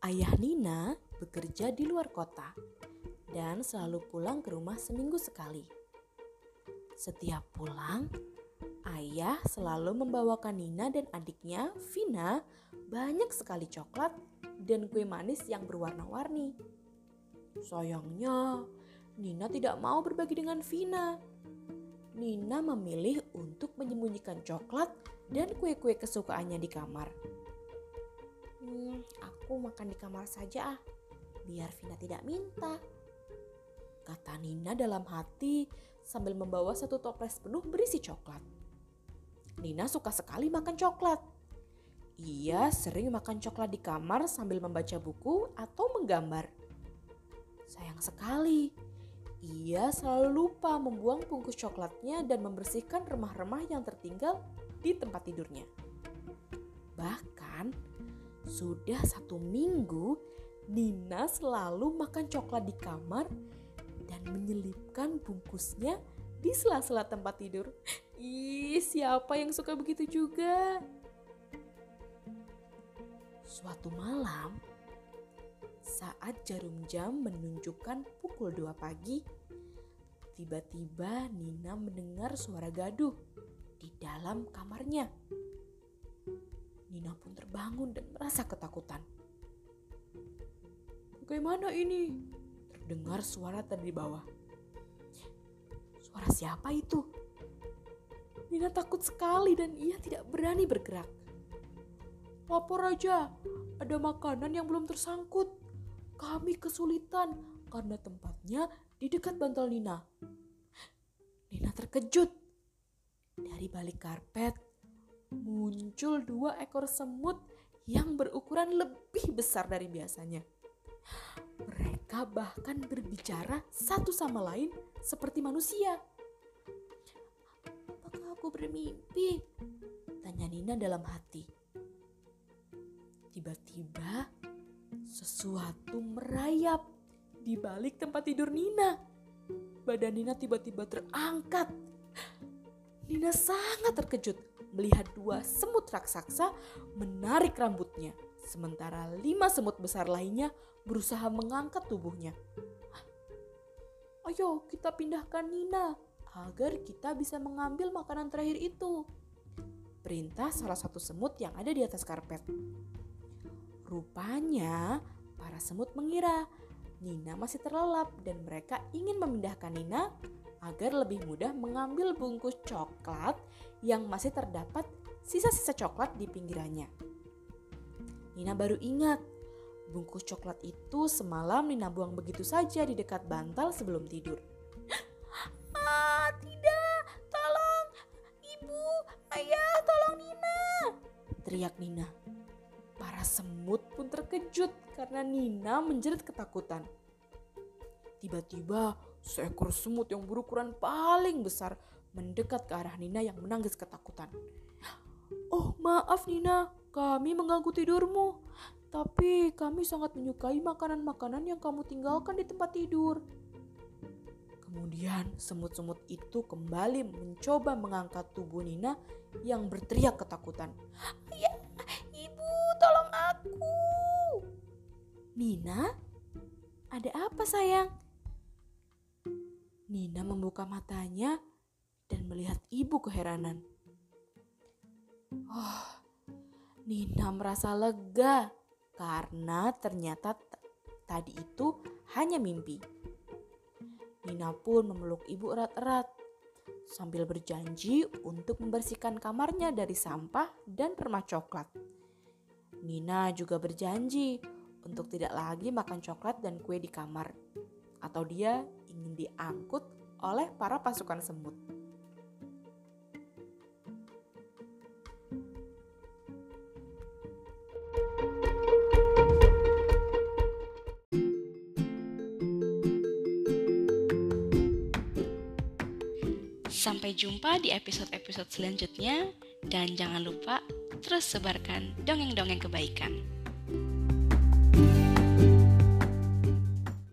Ayah Nina bekerja di luar kota dan selalu pulang ke rumah seminggu sekali. Setiap pulang, ayah selalu membawakan Nina dan adiknya, Vina, banyak sekali coklat dan kue manis yang berwarna-warni. Sayangnya, Nina tidak mau berbagi dengan Vina. Nina memilih untuk menyembunyikan coklat dan kue-kue kesukaannya di kamar. Aku makan di kamar saja biar Vina tidak minta, kata Nina dalam hati sambil membawa satu toples penuh berisi coklat. Nina suka sekali makan coklat. Ia sering makan coklat di kamar sambil membaca buku atau menggambar. Sayang sekali, ia selalu lupa membuang bungkus coklatnya dan membersihkan remah-remah yang tertinggal di tempat tidurnya. Bahkan, sudah 1 minggu, Nina selalu makan coklat di kamar dan menyelipkan bungkusnya di sela-sela tempat tidur. Siapa yang suka begitu juga? Suatu malam, saat jarum jam menunjukkan pukul 2 pagi, tiba-tiba Nina mendengar suara gaduh di dalam kamarnya. Nina pun terbangun dan merasa ketakutan. Bagaimana ini? Terdengar suara dari bawah. Suara siapa itu? Nina takut sekali dan ia tidak berani bergerak. Lapor aja, ada makanan yang belum tersangkut. Kami kesulitan karena tempatnya di dekat bantal Nina. Nina terkejut. Dari balik karpet muncul 2 ekor semut yang berukuran lebih besar dari biasanya. Mereka bahkan berbicara satu sama lain seperti manusia. Apakah aku bermimpi? Tanya Nina dalam hati. Tiba-tiba sesuatu merayap di balik tempat tidur Nina. Badan Nina tiba-tiba terangkat. Nina sangat terkejut melihat 2 semut raksasa menarik rambutnya, sementara 5 semut besar lainnya berusaha mengangkat tubuhnya. Ayo kita pindahkan Nina agar kita bisa mengambil makanan terakhir itu, perintah salah satu semut yang ada di atas karpet. Rupanya para semut mengira Nina masih terlelap dan mereka ingin memindahkan Nina agar lebih mudah mengambil bungkus coklat yang masih terdapat sisa-sisa coklat di pinggirannya. Nina baru ingat, bungkus coklat itu semalam Nina buang begitu saja di dekat bantal sebelum tidur. Tidak, tolong, ibu, ayah, tolong Nina, teriak Nina. Para semut pun terkejut karena Nina menjerit ketakutan. Tiba-tiba seekor semut yang berukuran paling besar mendekat ke arah Nina yang menangis ketakutan. Oh, maaf Nina, kami mengganggu tidurmu. Tapi kami sangat menyukai makanan-makanan yang kamu tinggalkan di tempat tidur. Kemudian semut-semut itu kembali mencoba mengangkat tubuh Nina yang berteriak ketakutan. Ayah, ibu, tolong aku. Nina, ada apa sayang? Nina membuka matanya dan melihat ibu keheranan. Nina merasa lega karena ternyata tadi itu hanya mimpi. Nina pun memeluk ibu erat-erat sambil berjanji untuk membersihkan kamarnya dari sampah dan permak coklat. Nina juga berjanji untuk tidak lagi makan coklat dan kue di kamar, atau dia ingin diangkut oleh para pasukan semut. Sampai jumpa di episode-episode selanjutnya dan jangan lupa terus sebarkan dongeng-dongeng kebaikan.